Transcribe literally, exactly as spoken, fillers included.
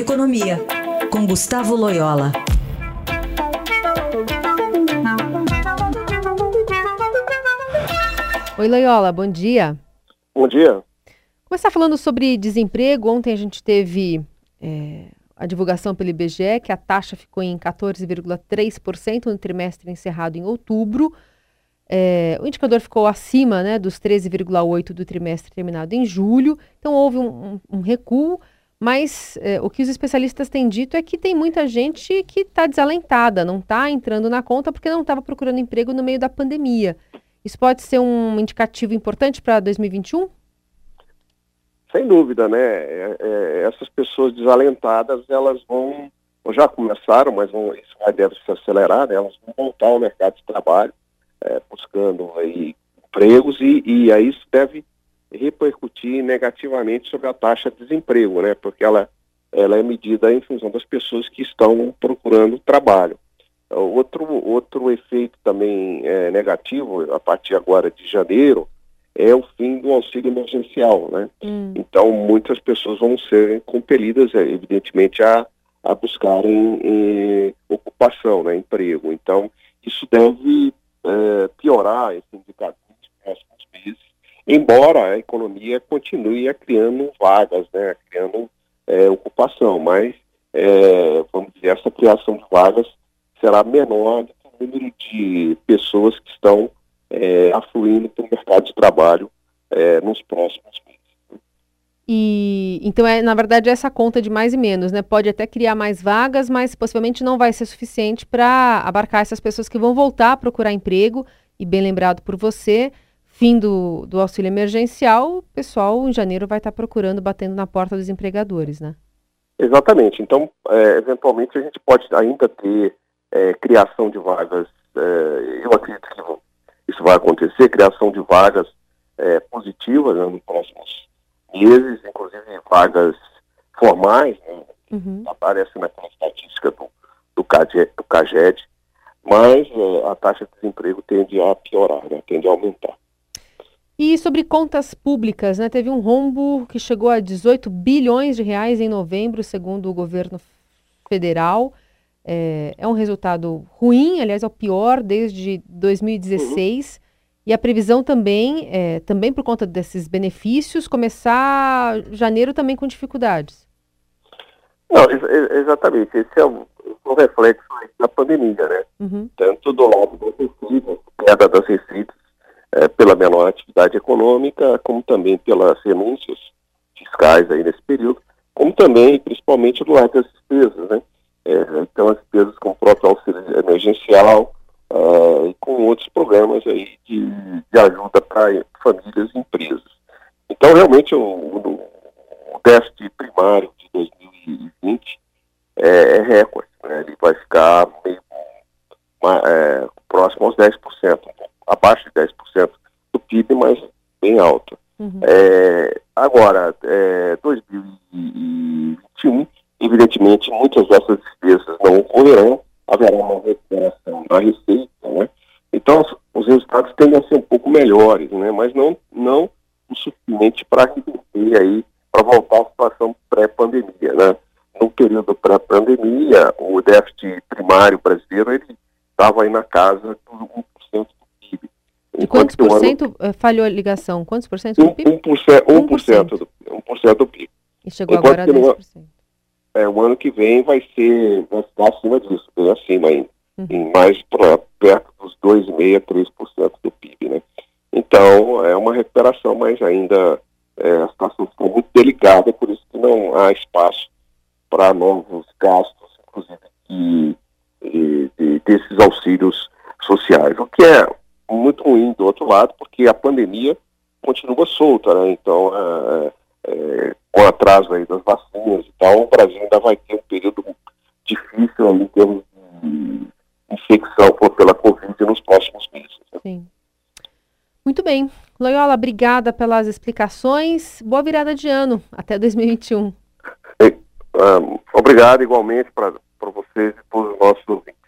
Economia, com Gustavo Loyola. Oi, Loyola, bom dia. Bom dia. Começar falando sobre desemprego. Ontem a gente teve é, a divulgação pelo I B G E que a taxa ficou em quatorze vírgula três por cento no trimestre encerrado em outubro. É, o indicador ficou acima, né, dos treze vírgula oito por cento do trimestre terminado em julho. Então houve um, um, um recuo, mas é, o que os especialistas têm dito é que tem muita gente que está desalentada, não está entrando na conta porque não estava procurando emprego no meio da pandemia. Isso pode ser um indicativo importante para dois mil e vinte e um? Sem dúvida, né? É, é, essas pessoas desalentadas, elas vão, ou já começaram, mas vão, isso vai, deve se acelerar, né? Elas vão voltar ao mercado de trabalho, é, buscando aí empregos, e, e aí isso deve repercutir negativamente sobre a taxa de desemprego, né? Porque ela, ela é medida em função das pessoas que estão procurando trabalho. Outro, outro efeito também é, negativo, a partir agora de janeiro, é o fim do auxílio emergencial, né? Hum. Então, muitas pessoas vão ser compelidas, evidentemente, a, a buscarem eh, ocupação, né, emprego. Então, isso deve eh, piorar esse indicador nos próximos meses, embora a economia continue criando vagas, né, criando eh, ocupação, mas, eh, vamos dizer, essa criação de vagas será menor do que o número de pessoas que estão é, afluindo para o mercado de trabalho é, nos próximos meses. E então, é, na verdade, essa conta de mais e menos, né? Pode até criar mais vagas, mas possivelmente não vai ser suficiente para abarcar essas pessoas que vão voltar a procurar emprego. E bem lembrado por você, fim do, do auxílio emergencial, o pessoal em janeiro vai estar procurando, batendo na porta dos empregadores, né? Exatamente. Então, é, eventualmente, a gente pode ainda ter É, criação de vagas, é, eu acredito que isso vai acontecer, criação de vagas é, positivas, né, nos próximos meses, inclusive vagas formais, né, uhum. Aparece naquela estatística do, do, CAGED, do CAGED, mas é, a taxa de desemprego tende a piorar, né, tende a aumentar. E sobre contas públicas, né, teve um rombo que chegou a dezoito bilhões de reais em novembro, segundo o governo federal. É, é um resultado ruim, aliás, é o pior desde dois mil e dezesseis. Uhum. E a previsão também, é, também por conta desses benefícios, começar janeiro também com dificuldades. Não, ex- exatamente. Esse é um, um reflexo da pandemia, né? Uhum. Tanto do lado das receitas, queda das receitas é, pela menor atividade econômica, como também pelas renúncias fiscais aí nesse período, como também, principalmente, do lado das despesas, né? É, então, as despesas com o próprio auxílio emergencial uh, e com outros programas aí de, de ajuda para famílias e empresas. Então, realmente, o, o, o déficit primário de dois mil e vinte é, é recorde, né? Ele vai ficar meio é, próximo aos dez por cento, abaixo de dez por cento do P I B, mas bem alto. Uhum. É, agora, é, dois mil e vinte e um, evidentemente, muitas dessas despesas não ocorrerão, haverá uma recuperação da receita, né? Então, os resultados tendem a ser um pouco melhores, né? Mas não, não o suficiente para reverter aí, para voltar à situação pré-pandemia, né? No período pré-pandemia, o déficit primário brasileiro, ele estava aí na casa de um por cento do P I B. E quantos por cento ano... falhou a ligação? Quantos por cento do P I B? um por cento, um por cento, do, um por cento do P I B. E chegou Enquanto agora a dez por cento. É, o ano que vem vai ser, vai ficar acima disso, bem acima ainda, uhum. em mais pra, perto dos dois vírgula cinco, três por cento do P I B, né? Então, é uma recuperação, mas ainda é, a situação ficou muito delicada, por isso que não há espaço para novos gastos, inclusive de, de, de, desses auxílios sociais, o que é muito ruim do outro lado, porque a pandemia continua solta, né? Então, é, é, com o atraso aí das vacinas e tal, o Brasil ainda vai ter um período difícil em termos de infecção pela Covid nos próximos meses. Né? Sim. Muito bem. Loyola, obrigada pelas explicações. Boa virada de ano. Até dois mil e vinte e um. E, um, obrigado igualmente para vocês e todos os nossos ouvintes.